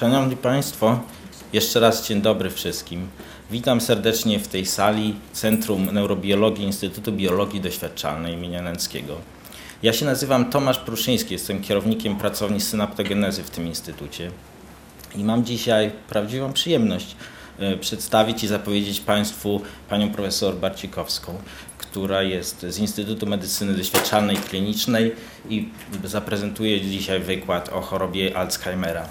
Szanowni Państwo, jeszcze raz dzień dobry wszystkim. Witam serdecznie w tej sali Centrum Neurobiologii Instytutu Biologii Doświadczalnej im. Nęckiego. Ja się nazywam Tomasz Pruszyński, jestem kierownikiem pracowni synaptogenezy w tym instytucie i mam dzisiaj prawdziwą przyjemność przedstawić i zapowiedzieć Państwu panią profesor Barcikowską, która jest z Instytutu Medycyny Doświadczalnej i Klinicznej i zaprezentuje dzisiaj wykład o chorobie Alzheimera.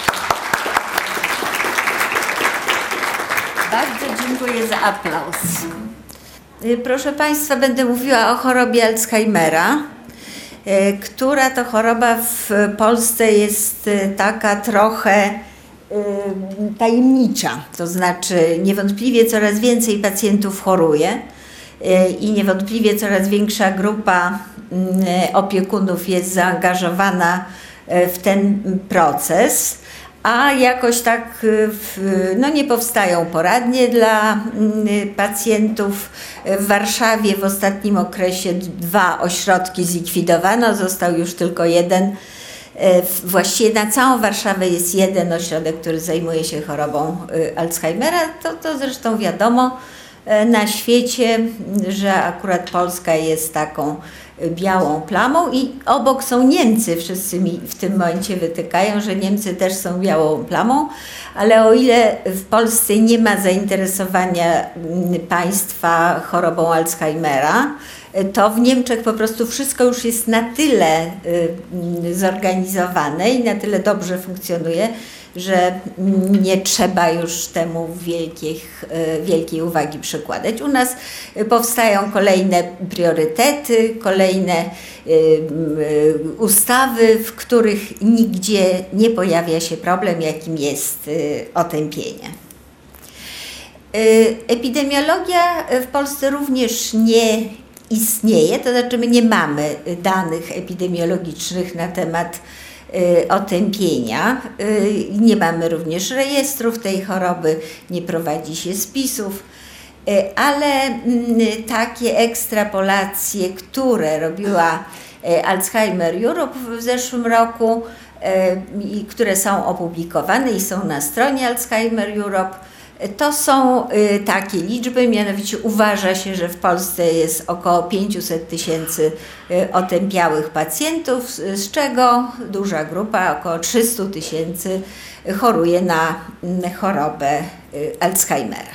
Bardzo dziękuję za aplauz. Proszę Państwa, będę mówiła o chorobie Alzheimera, która to choroba w Polsce jest taka trochę tajemnicza. To znaczy niewątpliwie coraz więcej pacjentów choruje i niewątpliwie coraz większa grupa opiekunów jest zaangażowana w ten proces, a jakoś tak nie powstają poradnie dla pacjentów. W Warszawie w ostatnim okresie 2 ośrodki zlikwidowano, został już tylko jeden. Właściwie na całą Warszawę jest jeden ośrodek, który zajmuje się chorobą Alzheimera. To zresztą wiadomo na świecie, że akurat Polska jest taką białą plamą i obok są Niemcy. Wszyscy mi w tym momencie wytykają, że Niemcy też są białą plamą, ale o ile w Polsce nie ma zainteresowania państwa chorobą Alzheimera, to w Niemczech po prostu wszystko już jest na tyle zorganizowane i na tyle dobrze funkcjonuje, że nie trzeba już temu wielkiej uwagi przykładać. U nas powstają kolejne priorytety, kolejne ustawy, w których nigdzie nie pojawia się problem, jakim jest otępienie. Epidemiologia w Polsce również nie istnieje, to znaczy my nie mamy danych epidemiologicznych na temat otępienia. Nie mamy również rejestrów tej choroby, nie prowadzi się spisów, ale takie ekstrapolacje, które robiła Alzheimer Europe w zeszłym roku i które są opublikowane i są na stronie Alzheimer Europe, to są takie liczby, mianowicie uważa się, że w Polsce jest około 500 000 otępiałych pacjentów, z czego duża grupa, około 300 000 choruje na chorobę Alzheimera.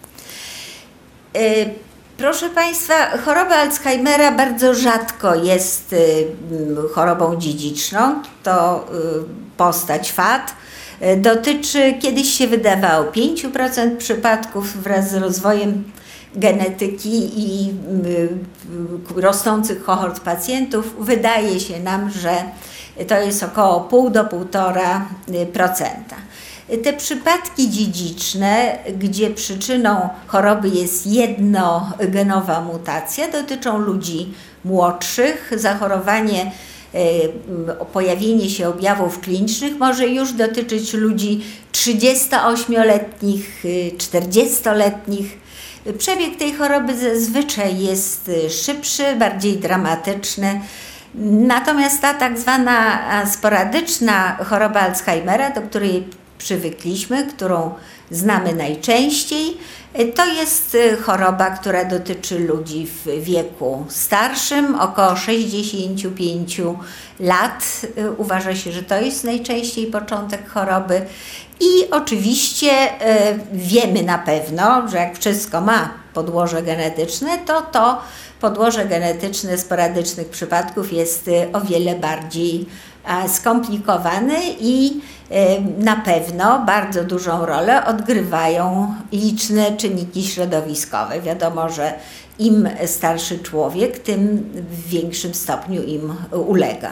Proszę Państwa, choroba Alzheimera bardzo rzadko jest chorobą dziedziczną, to postać FAD. Dotyczy, kiedyś się wydawało 5% przypadków. Wraz z rozwojem genetyki i rosnących kohort pacjentów wydaje się nam, że to jest około 0,5 do 1,5%. Te przypadki dziedziczne, gdzie przyczyną choroby jest jednogenowa mutacja, dotyczą ludzi młodszych. Zachorowanie, pojawienie się objawów klinicznych może już dotyczyć ludzi 38-letnich, 40-letnich. Przebieg tej choroby zazwyczaj jest szybszy, bardziej dramatyczny. Natomiast ta tak zwana sporadyczna choroba Alzheimera, do której przywykliśmy, którą znamy najczęściej, to jest choroba, która dotyczy ludzi w wieku starszym, około 65 lat. Uważa się, że to jest najczęściej początek choroby i oczywiście wiemy na pewno, że jak wszystko ma podłoże genetyczne, to podłoże genetyczne sporadycznych przypadków jest o wiele bardziej skomplikowane i na pewno bardzo dużą rolę odgrywają liczne czynniki środowiskowe. Wiadomo, że im starszy człowiek, tym w większym stopniu im ulega.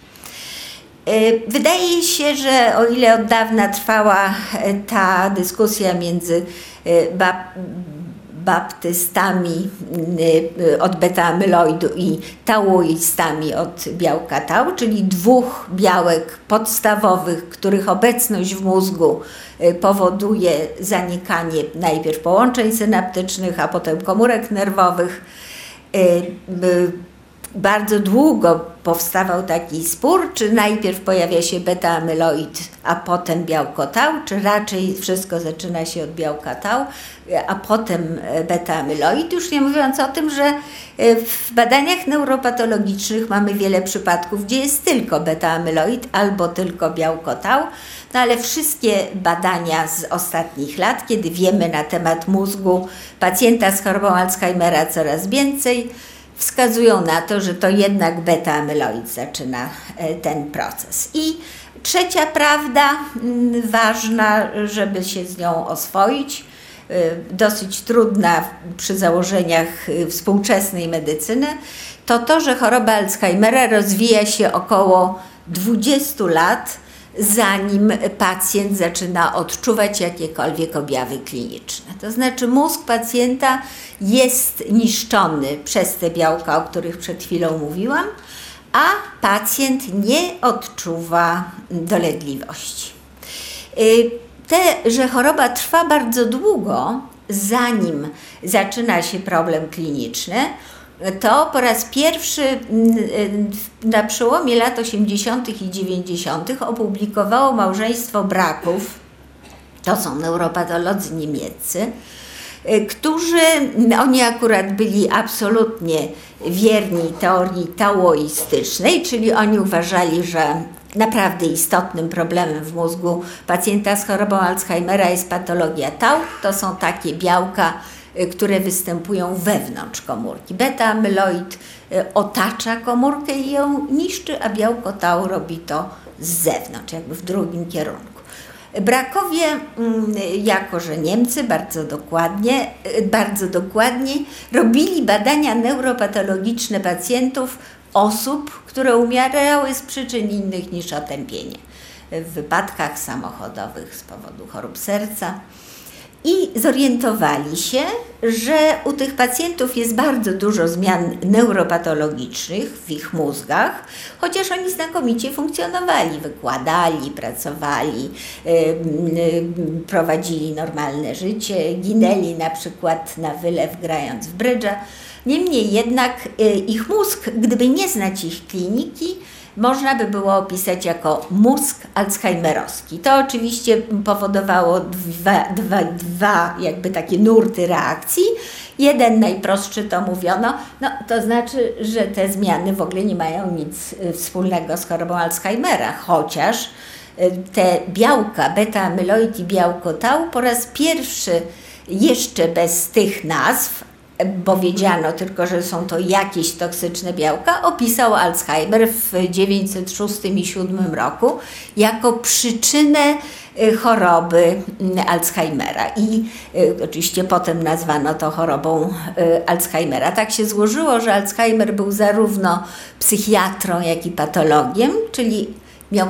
Wydaje się, że o ile od dawna trwała ta dyskusja między baptystami od beta-amyloidu i tauistami od białka tau, czyli 2 białek podstawowych, których obecność w mózgu powoduje zanikanie najpierw połączeń synaptycznych, a potem komórek nerwowych. bardzo długo powstawał taki spór, czy najpierw pojawia się beta-amyloid, a potem białko tau, czy raczej wszystko zaczyna się od białka tau, a potem beta-amyloid. Już nie mówiąc o tym, że w badaniach neuropatologicznych mamy wiele przypadków, gdzie jest tylko beta-amyloid albo tylko białko tau, no ale wszystkie badania z ostatnich lat, kiedy wiemy na temat mózgu pacjenta z chorobą Alzheimera coraz więcej, wskazują na to, że to jednak beta-amyloid zaczyna ten proces. I trzecia prawda, ważna, żeby się z nią oswoić, dosyć trudna przy założeniach współczesnej medycyny, to to, że choroba Alzheimera rozwija się około 20 lat, zanim pacjent zaczyna odczuwać jakiekolwiek objawy kliniczne. To znaczy mózg pacjenta jest niszczony przez te białka, o których przed chwilą mówiłam, a pacjent nie odczuwa dolegliwości. Że choroba trwa bardzo długo, zanim zaczyna się problem kliniczny, to po raz pierwszy na przełomie lat 80. i 90. opublikowało małżeństwo Braków, to są neuropatolodzy niemieccy, którzy, oni akurat byli absolutnie wierni teorii taoistycznej, czyli oni uważali, że naprawdę istotnym problemem w mózgu pacjenta z chorobą Alzheimera jest patologia tau. To są takie białka, które występują wewnątrz komórki. Beta-amyloid otacza komórkę i ją niszczy, a białko tau robi to z zewnątrz, jakby w drugim kierunku. Brakowie, jako że Niemcy bardzo dokładnie robili badania neuropatologiczne pacjentów, osób, które umierały z przyczyn innych niż otępienie. W wypadkach samochodowych z powodu chorób serca. I zorientowali się, że u tych pacjentów jest bardzo dużo zmian neuropatologicznych w ich mózgach, chociaż oni znakomicie funkcjonowali, wykładali, pracowali, prowadzili normalne życie, ginęli na przykład na wylew grając w brydża. Niemniej jednak ich mózg, gdyby nie znać ich kliniki, można by było opisać jako mózg alzheimerowski. To oczywiście powodowało dwa jakby takie nurty reakcji. Jeden najprostszy to mówiono, no to znaczy, że te zmiany w ogóle nie mają nic wspólnego z chorobą Alzheimera, chociaż te białka, beta-amyloid i białko tau po raz pierwszy jeszcze bez tych nazw, bo wiedziano tylko, że są to jakieś toksyczne białka, opisał Alzheimer w 1906 i 1907 roku jako przyczynę choroby Alzheimera i oczywiście potem nazwano to chorobą Alzheimera. Tak się złożyło, że Alzheimer był zarówno psychiatrą, jak i patologiem, czyli miał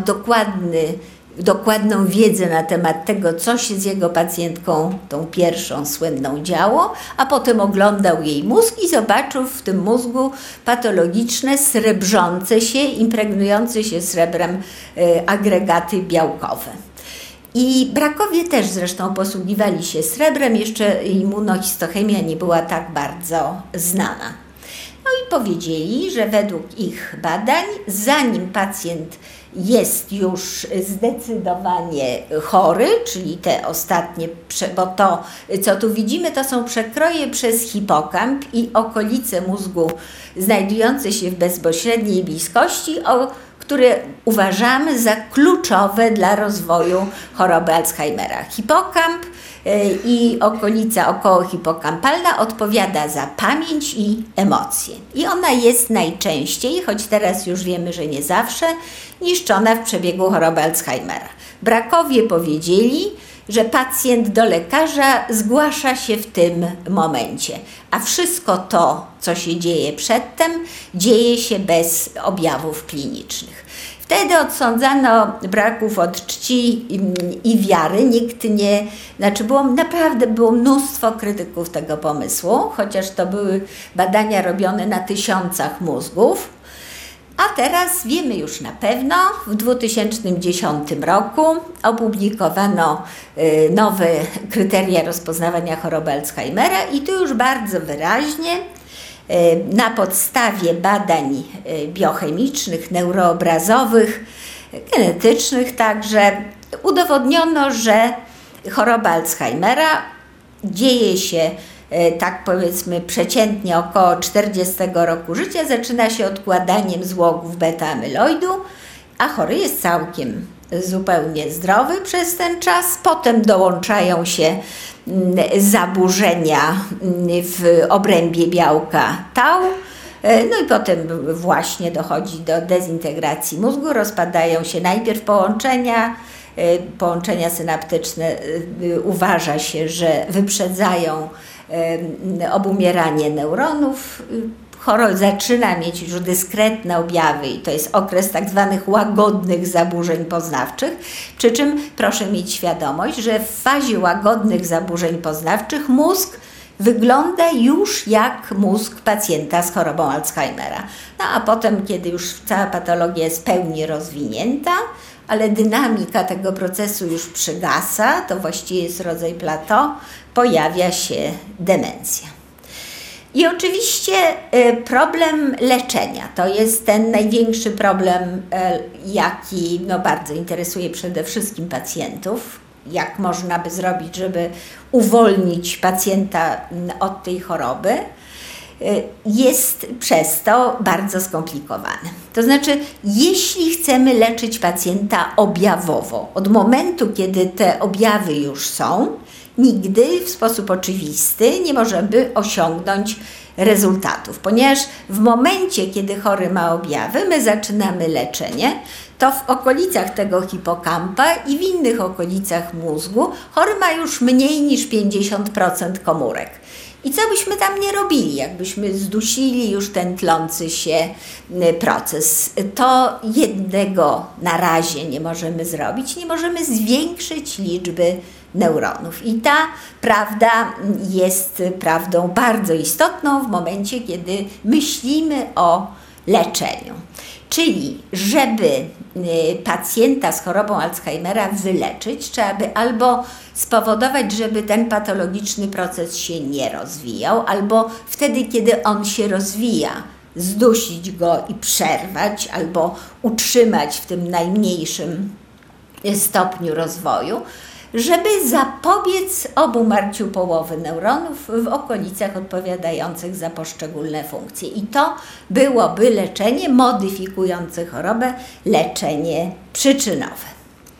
dokładną wiedzę na temat tego, co się z jego pacjentką, tą pierwszą słynną, działo, a potem oglądał jej mózg i zobaczył w tym mózgu patologiczne, srebrzące się, impregnujące się srebrem agregaty białkowe. I Brakowie też zresztą posługiwali się srebrem, jeszcze immunohistochemia nie była tak bardzo znana. No i powiedzieli, że według ich badań, zanim pacjent jest już zdecydowanie chory, czyli te ostatnie, bo to, co tu widzimy, to są przekroje przez hipokamp i okolice mózgu znajdujące się w bezpośredniej bliskości, które uważamy za kluczowe dla rozwoju choroby Alzheimera. Hipokamp i okolica okołohipokampalna odpowiada za pamięć i emocje. I ona jest najczęściej, choć teraz już wiemy, że nie zawsze, niszczona w przebiegu choroby Alzheimera. Brakowie powiedzieli, że pacjent do lekarza zgłasza się w tym momencie, a wszystko to, co się dzieje przedtem, dzieje się bez objawów klinicznych. Wtedy odsądzano Braków od czci i wiary. Naprawdę było mnóstwo krytyków tego pomysłu, chociaż to były badania robione na tysiącach mózgów. A teraz wiemy już na pewno, w 2010 roku opublikowano nowe kryteria rozpoznawania choroby Alzheimera i tu już bardzo wyraźnie Na podstawie badań biochemicznych, neuroobrazowych, genetycznych także udowodniono, że choroba Alzheimera dzieje się, tak powiedzmy przeciętnie około 40 roku życia, zaczyna się odkładaniem złogów beta-amyloidu, a chory jest całkiem zupełnie zdrowy przez ten czas. Potem dołączają się zaburzenia w obrębie białka tau, no i potem właśnie dochodzi do dezintegracji mózgu, rozpadają się najpierw połączenia synaptyczne uważa się, że wyprzedzają obumieranie neuronów. Chory zaczyna mieć już dyskretne objawy i to jest okres tak zwanych łagodnych zaburzeń poznawczych, przy czym proszę mieć świadomość, że w fazie łagodnych zaburzeń poznawczych mózg wygląda już jak mózg pacjenta z chorobą Alzheimera. No a potem, kiedy już cała patologia jest w pełni rozwinięta, ale dynamika tego procesu już przygasa, to właściwie jest rodzaj plateau, pojawia się demencja. I oczywiście problem leczenia to jest ten największy problem, jaki bardzo interesuje przede wszystkim pacjentów. Jak można by zrobić, żeby uwolnić pacjenta od tej choroby, jest przez to bardzo skomplikowane. To znaczy, jeśli chcemy leczyć pacjenta objawowo, od momentu, kiedy te objawy już są, nigdy w sposób oczywisty nie możemy osiągnąć rezultatów, ponieważ w momencie, kiedy chory ma objawy, my zaczynamy leczenie, to w okolicach tego hipokampa i w innych okolicach mózgu chory ma już mniej niż 50% komórek. I co byśmy tam nie robili, jakbyśmy zdusili już ten tlący się proces, to jednego na razie nie możemy zrobić, nie możemy zwiększyć liczby neuronów. I ta prawda jest prawdą bardzo istotną w momencie, kiedy myślimy o leczeniu. Czyli żeby pacjenta z chorobą Alzheimera wyleczyć, trzeba by albo spowodować, żeby ten patologiczny proces się nie rozwijał, albo wtedy, kiedy on się rozwija, zdusić go i przerwać, albo utrzymać w tym najmniejszym stopniu rozwoju, żeby zapobiec obumarciu połowy neuronów w okolicach odpowiadających za poszczególne funkcje. I to byłoby leczenie modyfikujące chorobę, leczenie przyczynowe.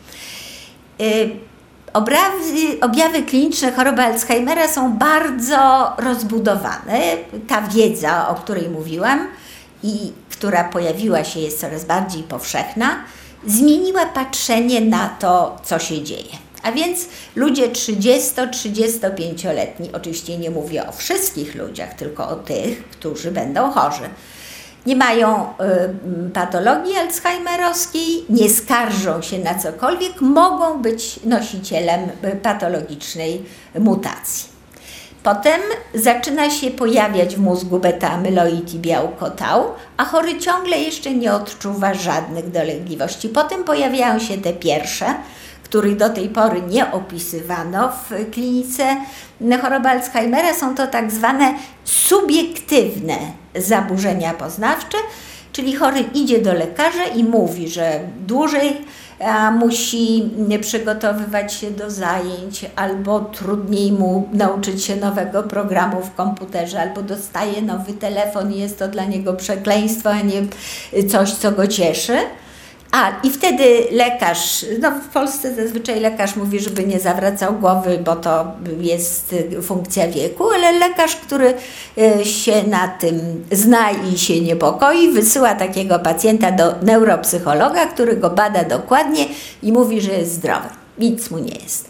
Objawy kliniczne choroby Alzheimera są bardzo rozbudowane. Ta wiedza, o której mówiłam i która pojawiła się, jest coraz bardziej powszechna, zmieniła patrzenie na to, co się dzieje. A więc ludzie 30-35-letni, oczywiście nie mówię o wszystkich ludziach, tylko o tych, którzy będą chorzy, nie mają patologii alzheimerowskiej, nie skarżą się na cokolwiek, mogą być nosicielem patologicznej mutacji. Potem zaczyna się pojawiać w mózgu beta-amyloid i białko tau, a chory ciągle jeszcze nie odczuwa żadnych dolegliwości. Potem pojawiają się te pierwsze, których do tej pory nie opisywano w klinice choroby Alzheimera. Są to tak zwane subiektywne zaburzenia poznawcze, czyli chory idzie do lekarza i mówi, że dłużej musi przygotowywać się do zajęć, albo trudniej mu nauczyć się nowego programu w komputerze, albo dostaje nowy telefon i jest to dla niego przekleństwo, a nie coś, co go cieszy. I wtedy lekarz, w Polsce zazwyczaj lekarz mówi, żeby nie zawracał głowy, bo to jest funkcja wieku, ale lekarz, który się na tym zna i się niepokoi, wysyła takiego pacjenta do neuropsychologa, który go bada dokładnie i mówi, że jest zdrowy. Nic mu nie jest.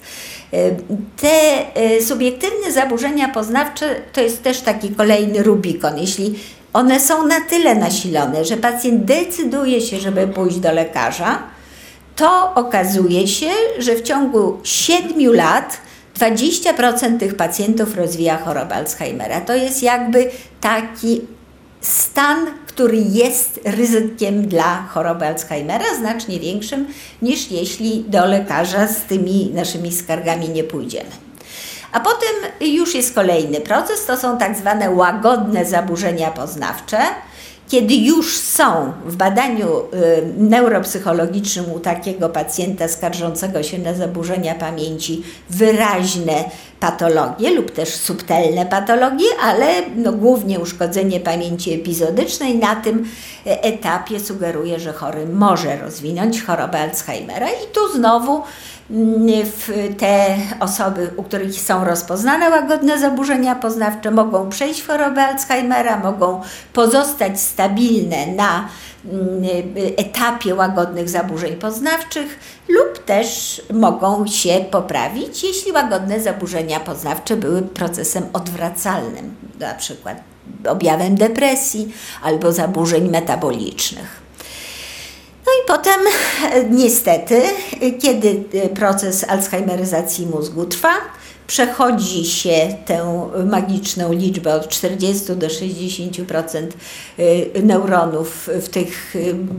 Te subiektywne zaburzenia poznawcze to jest też taki kolejny Rubikon. Jeśli one są na tyle nasilone, że pacjent decyduje się, żeby pójść do lekarza, to okazuje się, że w ciągu 7 lat 20% tych pacjentów rozwija chorobę Alzheimera. To jest jakby taki stan, który jest ryzykiem dla choroby Alzheimera, znacznie większym niż jeśli do lekarza z tymi naszymi skargami nie pójdziemy. A potem już jest kolejny proces, to są tak zwane łagodne zaburzenia poznawcze, kiedy już są w badaniu neuropsychologicznym u takiego pacjenta skarżącego się na zaburzenia pamięci wyraźne patologie lub też subtelne patologie, ale głównie uszkodzenie pamięci epizodycznej na tym etapie sugeruje, że chory może rozwinąć chorobę Alzheimera i tu znowu te osoby, u których są rozpoznane łagodne zaburzenia poznawcze, mogą przejść w chorobę Alzheimera, mogą pozostać stabilne na etapie łagodnych zaburzeń poznawczych lub też mogą się poprawić, jeśli łagodne zaburzenia poznawcze były procesem odwracalnym, na przykład objawem depresji albo zaburzeń metabolicznych. No i potem niestety, kiedy proces alzheimeryzacji mózgu trwa, przechodzi się tę magiczną liczbę od 40 do 60% neuronów w tych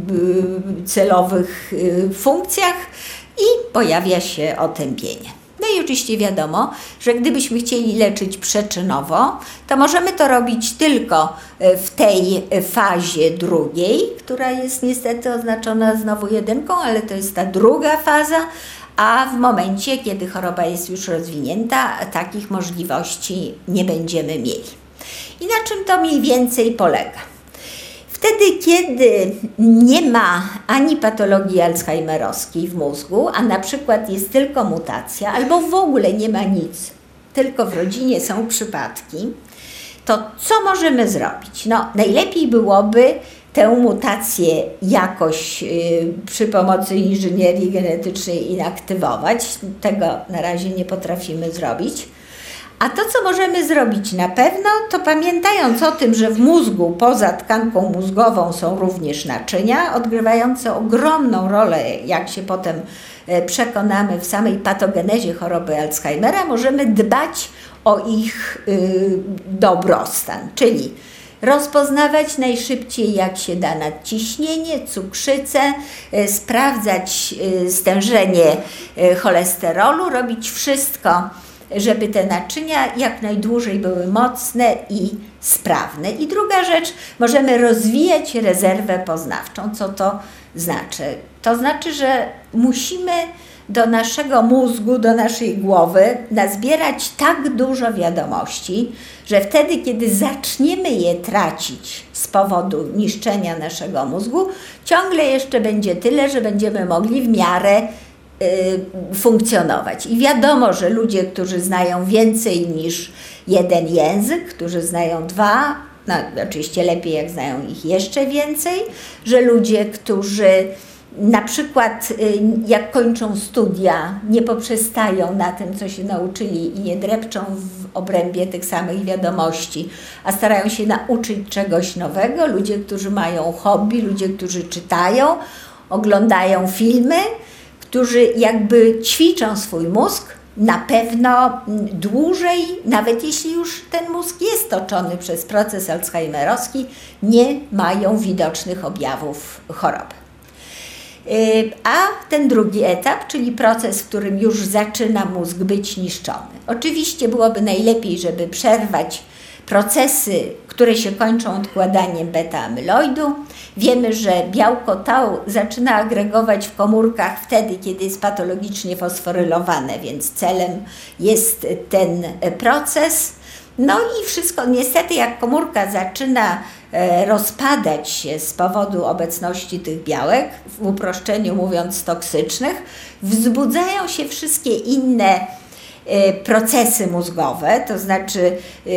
celowych funkcjach i pojawia się otępienie. No i oczywiście wiadomo, że gdybyśmy chcieli leczyć przyczynowo, to możemy to robić tylko w tej fazie drugiej, która jest niestety oznaczona znowu 1, ale to jest ta druga faza, a w momencie, kiedy choroba jest już rozwinięta, takich możliwości nie będziemy mieli. I na czym to mniej więcej polega? Wtedy, kiedy nie ma ani patologii alzheimerowskiej w mózgu, a na przykład jest tylko mutacja, albo w ogóle nie ma nic, tylko w rodzinie są przypadki, to co możemy zrobić? No, najlepiej byłoby tę mutację jakoś przy pomocy inżynierii genetycznej inaktywować. Tego na razie nie potrafimy zrobić. A to, co możemy zrobić na pewno, to pamiętając o tym, że w mózgu poza tkanką mózgową są również naczynia, odgrywające ogromną rolę, jak się potem przekonamy, w samej patogenezie choroby Alzheimera, możemy dbać o ich dobrostan, czyli rozpoznawać najszybciej, jak się da, nadciśnienie, cukrzycę, sprawdzać stężenie cholesterolu, robić wszystko, żeby te naczynia jak najdłużej były mocne i sprawne. I druga rzecz, możemy rozwijać rezerwę poznawczą. Co to znaczy? To znaczy, że musimy do naszego mózgu, do naszej głowy nazbierać tak dużo wiadomości, że wtedy, kiedy zaczniemy je tracić z powodu niszczenia naszego mózgu, ciągle jeszcze będzie tyle, że będziemy mogli w miarę funkcjonować. I wiadomo, że ludzie, którzy znają więcej niż jeden język, którzy znają 2, no oczywiście lepiej jak znają ich jeszcze więcej, że ludzie, którzy na przykład jak kończą studia, nie poprzestają na tym, co się nauczyli i nie drepczą w obrębie tych samych wiadomości, a starają się nauczyć czegoś nowego, ludzie, którzy mają hobby, ludzie, którzy czytają, oglądają filmy, którzy jakby ćwiczą swój mózg, na pewno dłużej, nawet jeśli już ten mózg jest toczony przez proces alzheimerowski, nie mają widocznych objawów choroby. A ten drugi etap, czyli proces, w którym już zaczyna mózg być niszczony. Oczywiście byłoby najlepiej, żeby przerwać procesy, które się kończą odkładaniem beta-amyloidu. Wiemy, że białko tau zaczyna agregować w komórkach wtedy, kiedy jest patologicznie fosforylowane, więc celem jest ten proces. No i wszystko, niestety jak komórka zaczyna rozpadać się z powodu obecności tych białek, w uproszczeniu mówiąc toksycznych, wzbudzają się wszystkie inne procesy mózgowe, to znaczy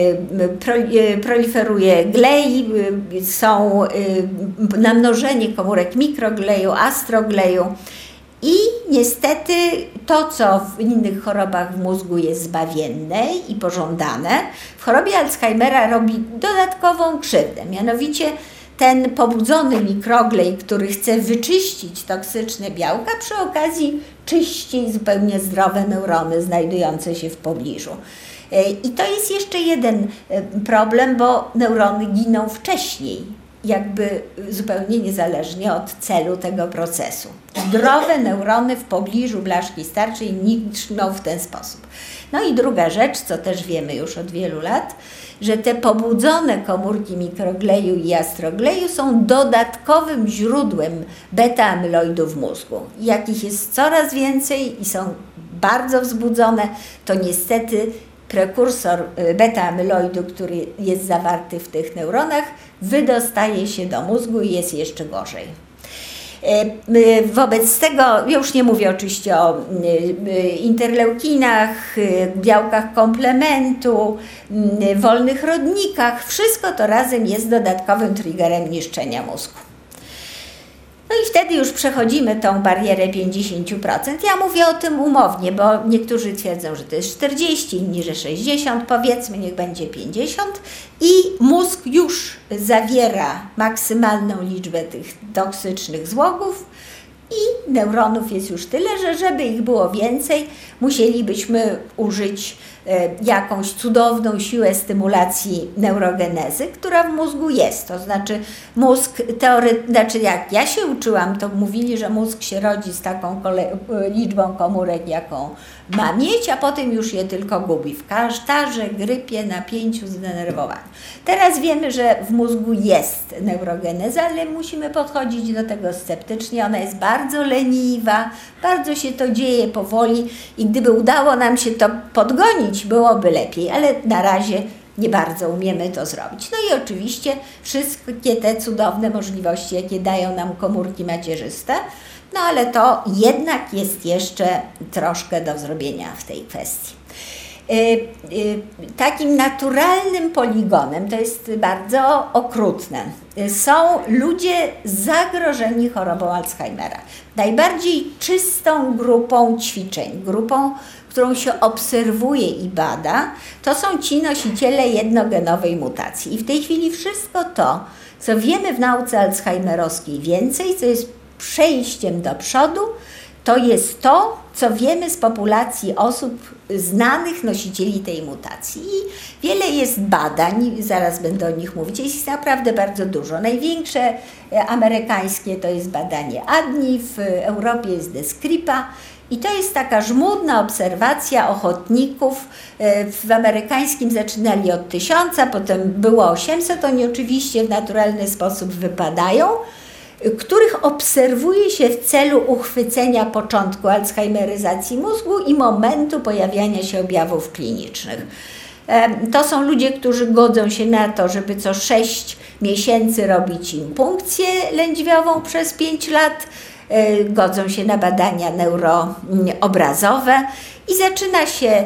proliferuje glej, są namnożenie komórek mikrogleju, astrogleju i niestety to, co w innych chorobach w mózgu jest zbawienne i pożądane, w chorobie Alzheimera robi dodatkową krzywdę, mianowicie ten pobudzony mikroglej, który chce wyczyścić toksyczne białka, przy okazji czyści zupełnie zdrowe neurony znajdujące się w pobliżu. I to jest jeszcze jeden problem, bo neurony giną wcześniej jakby zupełnie niezależnie od celu tego procesu. Zdrowe neurony w pobliżu blaszki starczej niszczą w ten sposób. No i druga rzecz, co też wiemy już od wielu lat, że te pobudzone komórki mikrogleju i astrogleju są dodatkowym źródłem beta-amyloidu w mózgu. Jakich jest coraz więcej i są bardzo wzbudzone, to niestety prekursor beta-amyloidu, który jest zawarty w tych neuronach, wydostaje się do mózgu i jest jeszcze gorzej. Wobec tego, już nie mówię oczywiście o interleukinach, białkach komplementu, wolnych rodnikach, wszystko to razem jest dodatkowym triggerem niszczenia mózgu. No i wtedy już przechodzimy tą barierę 50%. Ja mówię o tym umownie, bo niektórzy twierdzą, że to jest 40, inni, że 60, powiedzmy, niech będzie 50 i mózg już zawiera maksymalną liczbę tych toksycznych złogów i neuronów jest już tyle, że żeby ich było więcej, musielibyśmy użyć jakąś cudowną siłę stymulacji neurogenezy, która w mózgu jest. To znaczy mózg, znaczy jak ja się uczyłam, to mówili, że mózg się rodzi z taką liczbą komórek, jaką ma mieć, a potem już je tylko gubi w kasztarze, grypie, napięciu, zdenerwowaniu. Teraz wiemy, że w mózgu jest neurogeneza, ale musimy podchodzić do tego sceptycznie. Ona jest bardzo leniwa, bardzo się to dzieje powoli i gdyby udało nam się to podgonić, byłoby lepiej, ale na razie nie bardzo umiemy to zrobić. No i oczywiście wszystkie te cudowne możliwości, jakie dają nam komórki macierzyste, no ale to jednak jest jeszcze troszkę do zrobienia w tej kwestii. Takim naturalnym poligonem, to jest bardzo okrutne, są ludzie zagrożeni chorobą Alzheimera. Najbardziej czystą grupą ćwiczeń, grupą, którą się obserwuje i bada, to są ci nosiciele jednogenowej mutacji. I w tej chwili wszystko to, co wiemy w nauce alzheimerowskiej więcej, co jest przejściem do przodu, to jest to, co wiemy z populacji osób znanych nosicieli tej mutacji. I wiele jest badań, zaraz będę o nich mówić, jest ich naprawdę bardzo dużo. Największe amerykańskie to jest badanie ADNI, w Europie jest Descripa. I to jest taka żmudna obserwacja ochotników. W amerykańskim zaczynali od 1000, potem było 800, oni oczywiście w naturalny sposób wypadają, których obserwuje się w celu uchwycenia początku alzheimeryzacji mózgu i momentu pojawiania się objawów klinicznych. To są ludzie, którzy godzą się na to, żeby co 6 miesięcy robić im punkcję lędźwiową przez 5 lat, godzą się na badania neuroobrazowe i zaczyna się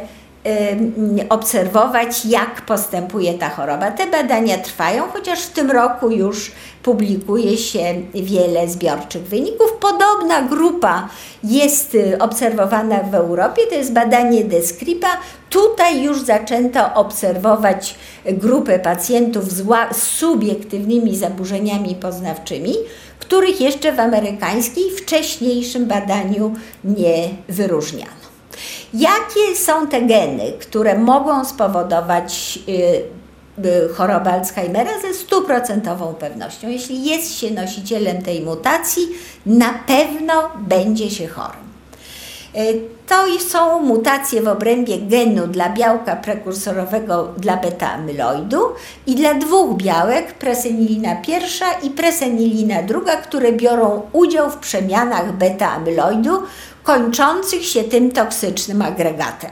obserwować, jak postępuje ta choroba. Te badania trwają, chociaż w tym roku już publikuje się wiele zbiorczych wyników. Podobna grupa jest obserwowana w Europie, to jest badanie Descripa. Tutaj już zaczęto obserwować grupę pacjentów z subiektywnymi zaburzeniami poznawczymi, których jeszcze w amerykańskiej wcześniejszym badaniu nie wyróżniano. Jakie są te geny, które mogą spowodować chorobę Alzheimera? Ze 100% pewnością. Jeśli jest się nosicielem tej mutacji, na pewno będzie się chorym. To są mutacje w obrębie genu dla białka prekursorowego dla beta-amyloidu i dla dwóch białek, presenilina pierwsza i presenilina druga, które biorą udział w przemianach beta-amyloidu, kończących się tym toksycznym agregatem.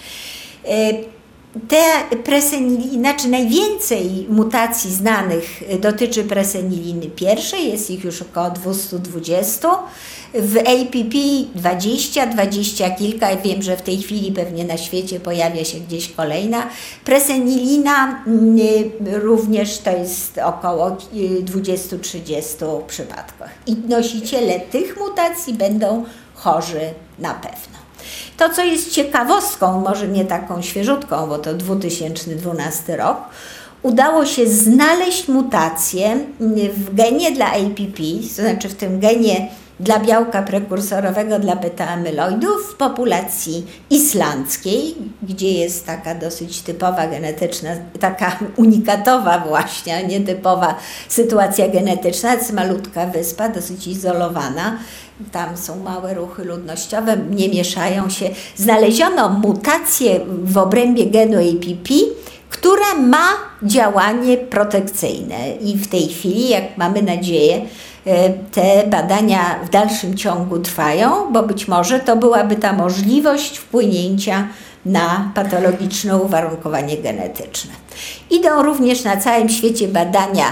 Znaczy najwięcej mutacji znanych dotyczy preseniliny pierwszej, jest ich już około 220, w APP 20 kilka, wiem, że w tej chwili pewnie na świecie pojawia się gdzieś kolejna. Presenilina również to jest około 20-30 przypadkach. I nosiciele tych mutacji będą chorzy na pewno. To, co jest ciekawostką, może nie taką świeżutką, bo to 2012 rok, udało się znaleźć mutację w genie dla APP, to znaczy w tym genie dla białka prekursorowego dla beta-amyloidów w populacji islandzkiej, gdzie jest taka dosyć typowa genetyczna, taka unikatowa właśnie, a nie typowa sytuacja genetyczna. To jest malutka wyspa, dosyć izolowana. Tam są małe ruchy ludnościowe, nie mieszają się. Znaleziono mutację w obrębie genu APP, która ma działanie protekcyjne i w tej chwili, jak mamy nadzieję, te badania w dalszym ciągu trwają, bo być może to byłaby ta możliwość wpłynięcia na patologiczne uwarunkowanie genetyczne. Idą również na całym świecie badania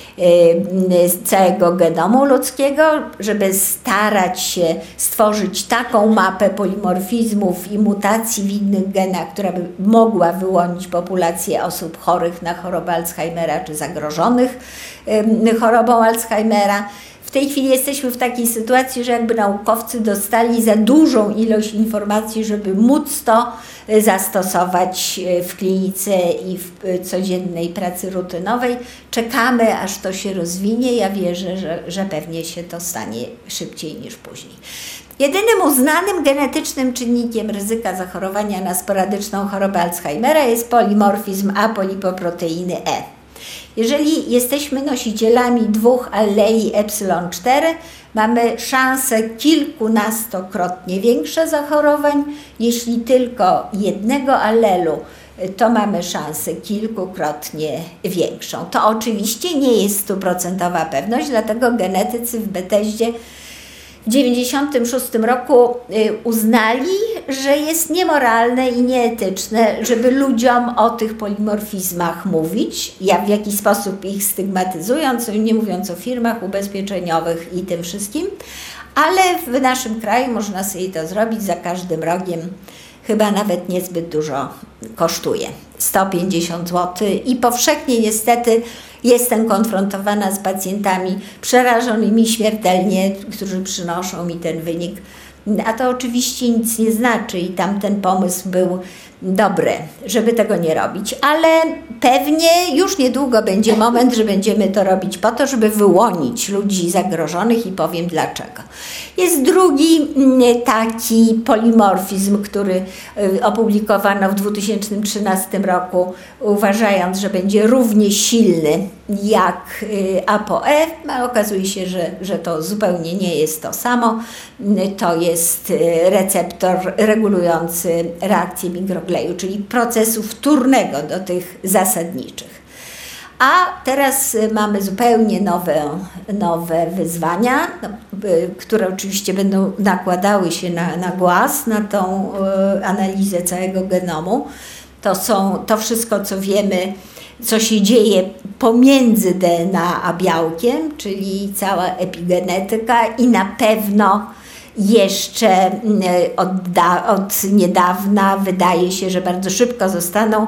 całego genomu ludzkiego, żeby starać się stworzyć taką mapę polimorfizmów i mutacji w innych genach, która by mogła wyłonić populację osób chorych na chorobę Alzheimera czy zagrożonych chorobą Alzheimera. W tej chwili jesteśmy w takiej sytuacji, że jakby naukowcy dostali za dużą ilość informacji, żeby móc to zastosować w klinice i w codziennej pracy rutynowej. Czekamy, aż to się rozwinie. Ja wierzę, że pewnie się to stanie szybciej niż później. Jedynym uznanym genetycznym czynnikiem ryzyka zachorowania na sporadyczną chorobę Alzheimera jest polimorfizm apolipoproteiny E. Jeżeli jesteśmy nosicielami dwóch alleli epsilon-4, mamy szansę kilkunastokrotnie większe zachorowań. Jeśli tylko jednego allelu, to mamy szansę kilkukrotnie większą. To oczywiście nie jest stuprocentowa pewność, dlatego genetycy w Bethesdzie w 1996 roku uznali, że jest niemoralne i nieetyczne, żeby ludziom o tych polimorfizmach mówić, w jakiś sposób ich stygmatyzując, nie mówiąc o firmach ubezpieczeniowych i tym wszystkim, ale w naszym kraju można sobie to zrobić za każdym rogiem, chyba nawet niezbyt dużo kosztuje, 150 zł i powszechnie niestety jestem konfrontowana z pacjentami przerażonymi śmiertelnie, którzy przynoszą mi ten wynik, a to oczywiście nic nie znaczy i tamten pomysł był dobry, żeby tego nie robić, ale pewnie już niedługo będzie moment, że będziemy to robić po to, żeby wyłonić ludzi zagrożonych i powiem dlaczego. Jest drugi taki polimorfizm, który opublikowano w 2013 roku, uważając, że będzie równie silny jak ApoE, a okazuje się, że to zupełnie nie jest to samo. To jest receptor regulujący reakcję mikrogleju, czyli procesu wtórnego do tych zasadniczych. A teraz mamy zupełnie nowe wyzwania, które oczywiście będą nakładały się na głaz, na tą analizę całego genomu. To wszystko, co wiemy, co się dzieje pomiędzy DNA a białkiem, czyli cała epigenetyka i na pewno jeszcze od niedawna wydaje się, że bardzo szybko zostaną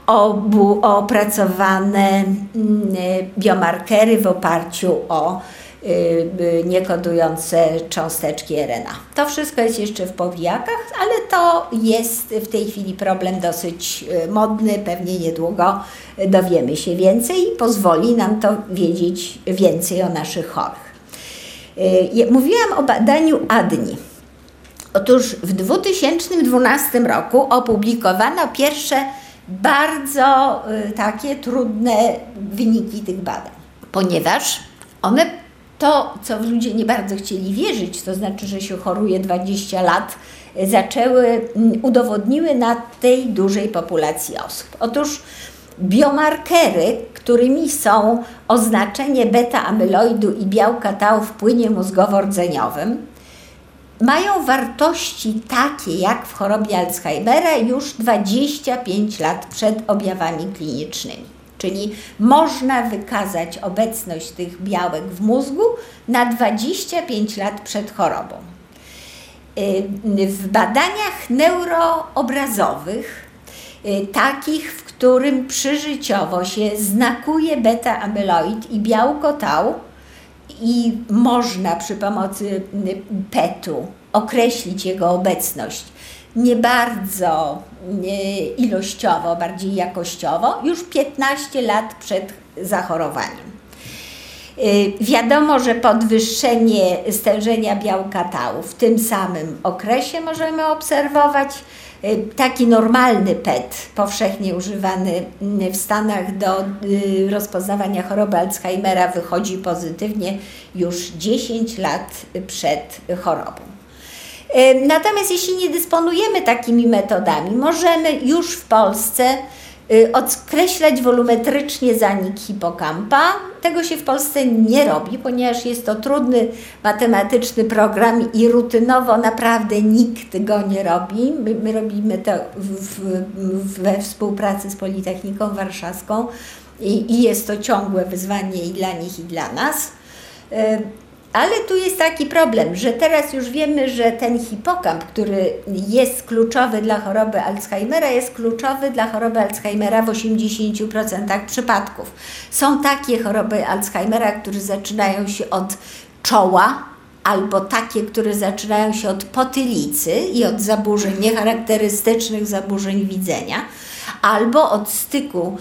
opracowane biomarkery w oparciu o niekodujące cząsteczki RNA. To wszystko jest jeszcze w powijakach, ale to jest w tej chwili problem dosyć modny. Pewnie niedługo dowiemy się więcej i pozwoli nam to wiedzieć więcej o naszych chorych. Mówiłam o badaniu ADNI. Otóż w 2012 roku opublikowano pierwsze bardzo takie trudne wyniki tych badań, ponieważ one to, co ludzie nie bardzo chcieli wierzyć, to znaczy, że się choruje 20 lat, udowodniły na tej dużej populacji osób. Otóż biomarkery, którymi są oznaczenie beta-amyloidu i białka tau w płynie mózgowo-rdzeniowym, mają wartości takie jak w chorobie Alzheimera już 25 lat przed objawami klinicznymi. Czyli można wykazać obecność tych białek w mózgu na 25 lat przed chorobą. W badaniach neuroobrazowych, takich, w którym przyżyciowo się znakuje beta-amyloid i białko tau i można przy pomocy PET-u określić jego obecność nie bardzo ilościowo, bardziej jakościowo, już 15 lat przed zachorowaniem. Wiadomo, że podwyższenie stężenia białka tau w tym samym okresie możemy obserwować. Taki normalny PET, powszechnie używany w Stanach do rozpoznawania choroby Alzheimera, wychodzi pozytywnie już 10 lat przed chorobą. Natomiast jeśli nie dysponujemy takimi metodami, możemy już w Polsce odkreślać wolumetrycznie zanik hipokampa. Tego się w Polsce nie robi, ponieważ jest to trudny matematyczny program i rutynowo naprawdę nikt go nie robi. My robimy to we współpracy z Politechniką Warszawską i jest to ciągłe wyzwanie i dla nich, i dla nas. Ale tu jest taki problem, że teraz już wiemy, że ten hipokamp, który jest kluczowy dla choroby Alzheimera, jest kluczowy dla choroby Alzheimera w 80% przypadków. Są takie choroby Alzheimera, które zaczynają się od czoła, albo takie, które zaczynają się od potylicy i od zaburzeń niecharakterystycznych, zaburzeń widzenia, albo od styku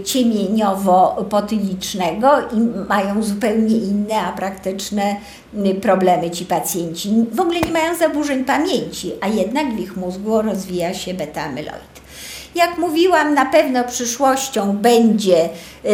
ciemieniowo-potylicznego i mają zupełnie inne, a praktyczne problemy ci pacjenci. W ogóle nie mają zaburzeń pamięci, a jednak w ich mózgu rozwija się beta-amyloid. Jak mówiłam, na pewno przyszłością będzie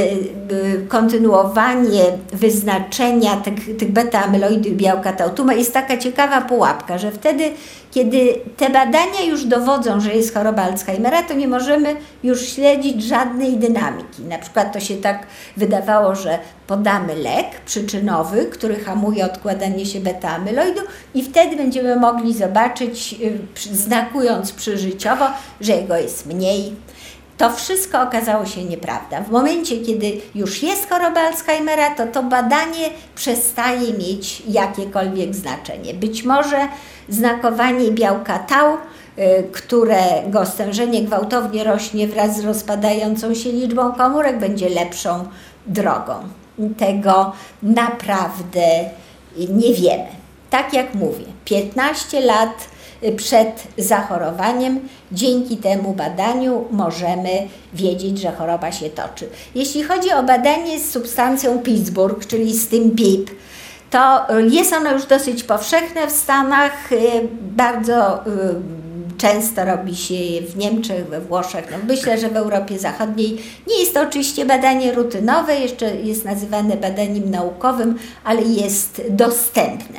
kontynuowanie wyznaczenia tych beta-amyloidów i białka tau. Tu jest taka ciekawa pułapka, że wtedy, kiedy te badania już dowodzą, że jest choroba Alzheimera, to nie możemy już śledzić żadnej dynamiki. Na przykład to się tak wydawało, że podamy lek przyczynowy, który hamuje odkładanie się beta-amyloidu i wtedy będziemy mogli zobaczyć, znakując przyżyciowo, że jego jest mniej. To wszystko okazało się nieprawda. W momencie, kiedy już jest choroba Alzheimera, to badanie przestaje mieć jakiekolwiek znaczenie. Być może znakowanie białka tau, którego stężenie gwałtownie rośnie wraz z rozpadającą się liczbą komórek, będzie lepszą drogą. Tego naprawdę nie wiemy. Tak jak mówię, 15 lat przed zachorowaniem, dzięki temu badaniu możemy wiedzieć, że choroba się toczy. Jeśli chodzi o badanie z substancją Pittsburgh, czyli z tym PIP, to jest ono już dosyć powszechne w Stanach, bardzo często robi się je w Niemczech, we Włoszech, myślę, że w Europie Zachodniej. Nie jest to oczywiście badanie rutynowe, jeszcze jest nazywane badaniem naukowym, ale jest dostępne.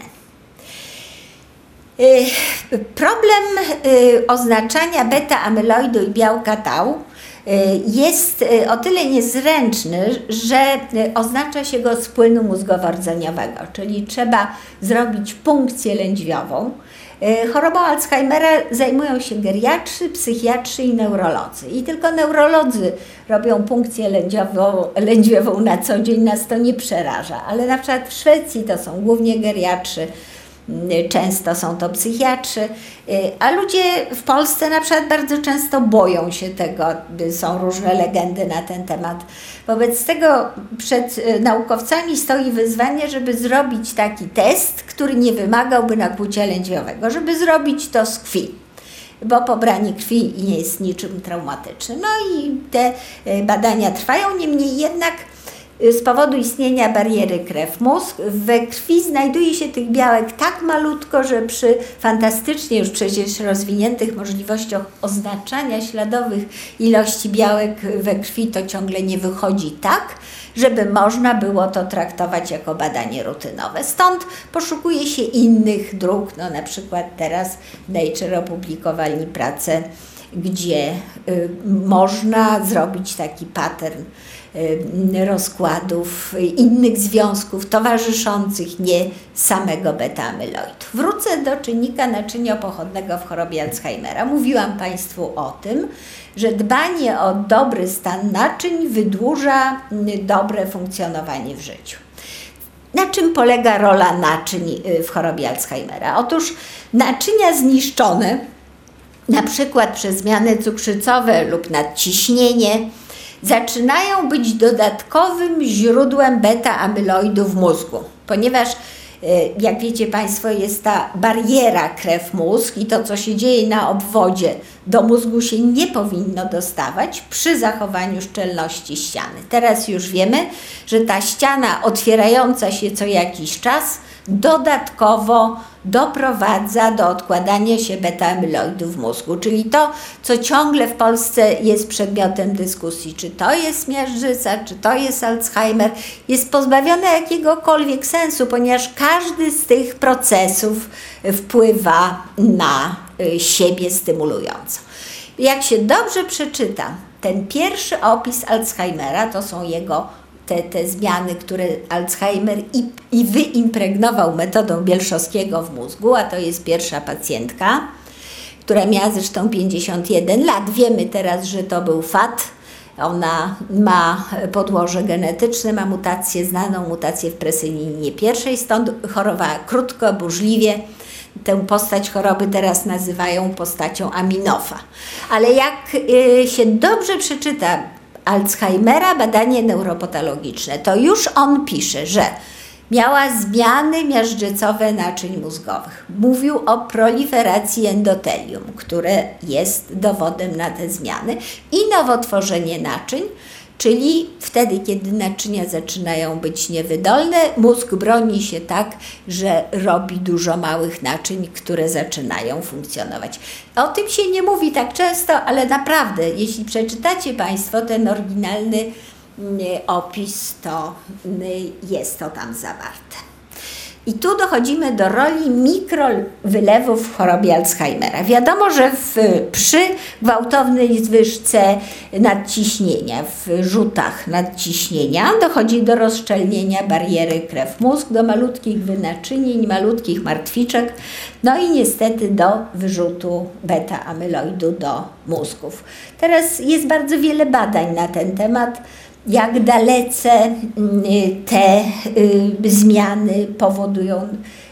Problem oznaczania beta-amyloidu i białka tau jest o tyle niezręczny, że oznacza się go z płynu mózgowo-rdzeniowego, czyli trzeba zrobić punkcję lędźwiową. Chorobą Alzheimera zajmują się geriatrzy, psychiatrzy i neurolodzy. I tylko neurolodzy robią punkcję lędźwiową na co dzień, nas to nie przeraża. Ale na przykład w Szwecji to są głównie geriatrzy, często są to psychiatrzy, a ludzie w Polsce na przykład bardzo często boją się tego, są różne legendy na ten temat. Wobec tego przed naukowcami stoi wyzwanie, żeby zrobić taki test, który nie wymagałby nakłucia lędźwiowego, żeby zrobić to z krwi, bo pobranie krwi nie jest niczym traumatycznym. No i te badania trwają, niemniej jednak z powodu istnienia bariery krew-mózg we krwi znajduje się tych białek tak malutko, że przy fantastycznie już przecież rozwiniętych możliwościach oznaczania śladowych ilości białek we krwi to ciągle nie wychodzi tak, żeby można było to traktować jako badanie rutynowe. Stąd poszukuje się innych dróg, no na przykład teraz w Nature opublikowali pracę, gdzie można zrobić taki pattern rozkładów innych związków towarzyszących nie samego beta-amyloidu. Wrócę do czynnika naczynia pochodnego w chorobie Alzheimera. Mówiłam Państwu o tym, że dbanie o dobry stan naczyń wydłuża dobre funkcjonowanie w życiu. Na czym polega rola naczyń w chorobie Alzheimera? Otóż naczynia zniszczone, na przykład przez zmiany cukrzycowe lub nadciśnienie, zaczynają być dodatkowym źródłem beta-amyloidu w mózgu, ponieważ Jak wiecie Państwo, jest ta bariera krew-mózg i to, co się dzieje na obwodzie, do mózgu się nie powinno dostawać przy zachowaniu szczelności ściany. Teraz już wiemy, że ta ściana otwierająca się co jakiś czas dodatkowo doprowadza do odkładania się beta-amyloidu w mózgu, czyli to, co ciągle w Polsce jest przedmiotem dyskusji, czy to jest miażdżyca, czy to jest Alzheimer, jest pozbawione jakiegokolwiek sensu, ponieważ każdy z tych procesów wpływa na siebie stymulująco. Jak się dobrze przeczyta ten pierwszy opis Alzheimera, to są jego te zmiany, które Alzheimer i wyimpregnował metodą Bielszowskiego w mózgu, a to jest pierwsza pacjentka, która miała zresztą 51 lat. Wiemy teraz, że to był FAT. Ona ma podłoże genetyczne, ma mutację, znaną mutację w presyninie pierwszej, stąd chorowała krótko, burzliwie. Tę postać choroby teraz nazywają postacią Aminofa. Ale jak się dobrze przeczyta Alzheimera, badanie neuropatologiczne, to już on pisze, że miała zmiany miażdżycowe naczyń mózgowych. Mówił o proliferacji endotelium, które jest dowodem na te zmiany, i nowotworzenie naczyń, czyli wtedy, kiedy naczynia zaczynają być niewydolne, mózg broni się tak, że robi dużo małych naczyń, które zaczynają funkcjonować. O tym się nie mówi tak często, ale naprawdę, jeśli przeczytacie Państwo ten oryginalny opis, to jest to tam zawarte. I tu dochodzimy do roli mikrowylewów w chorobie Alzheimera. Wiadomo, że przy gwałtownej zwyżce nadciśnienia, w rzutach nadciśnienia dochodzi do rozszczelnienia bariery krew-mózg, do malutkich wynaczynień, malutkich martwiczek, no i niestety do wyrzutu beta-amyloidu do mózgów. Teraz jest bardzo wiele badań na ten temat, jak dalece te zmiany powodują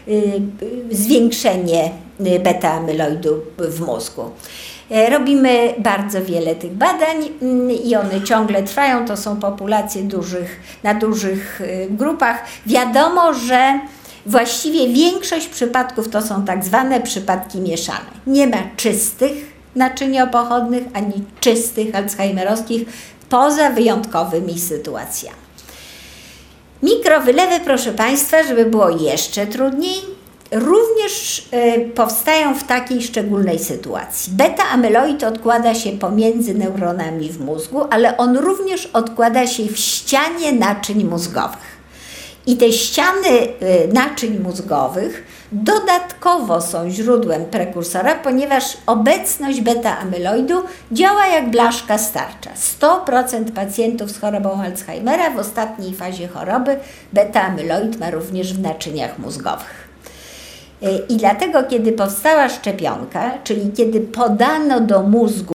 zwiększenie beta-amyloidu w mózgu. Robimy bardzo wiele tych badań i one ciągle trwają. To są populacje na dużych grupach. Wiadomo, że właściwie większość przypadków to są tak zwane przypadki mieszane. Nie ma czystych naczyniopochodnych ani czystych alzheimerowskich, poza wyjątkowymi sytuacjami. Mikrowylewy, proszę Państwa, żeby było jeszcze trudniej, również powstają w takiej szczególnej sytuacji. Beta-amyloid odkłada się pomiędzy neuronami w mózgu, ale on również odkłada się w ścianie naczyń mózgowych. I te ściany naczyń mózgowych dodatkowo są źródłem prekursora, ponieważ obecność beta-amyloidu działa jak blaszka starcza. 100% pacjentów z chorobą Alzheimera w ostatniej fazie choroby beta-amyloid ma również w naczyniach mózgowych. I dlatego, kiedy powstała szczepionka, czyli kiedy podano do mózgu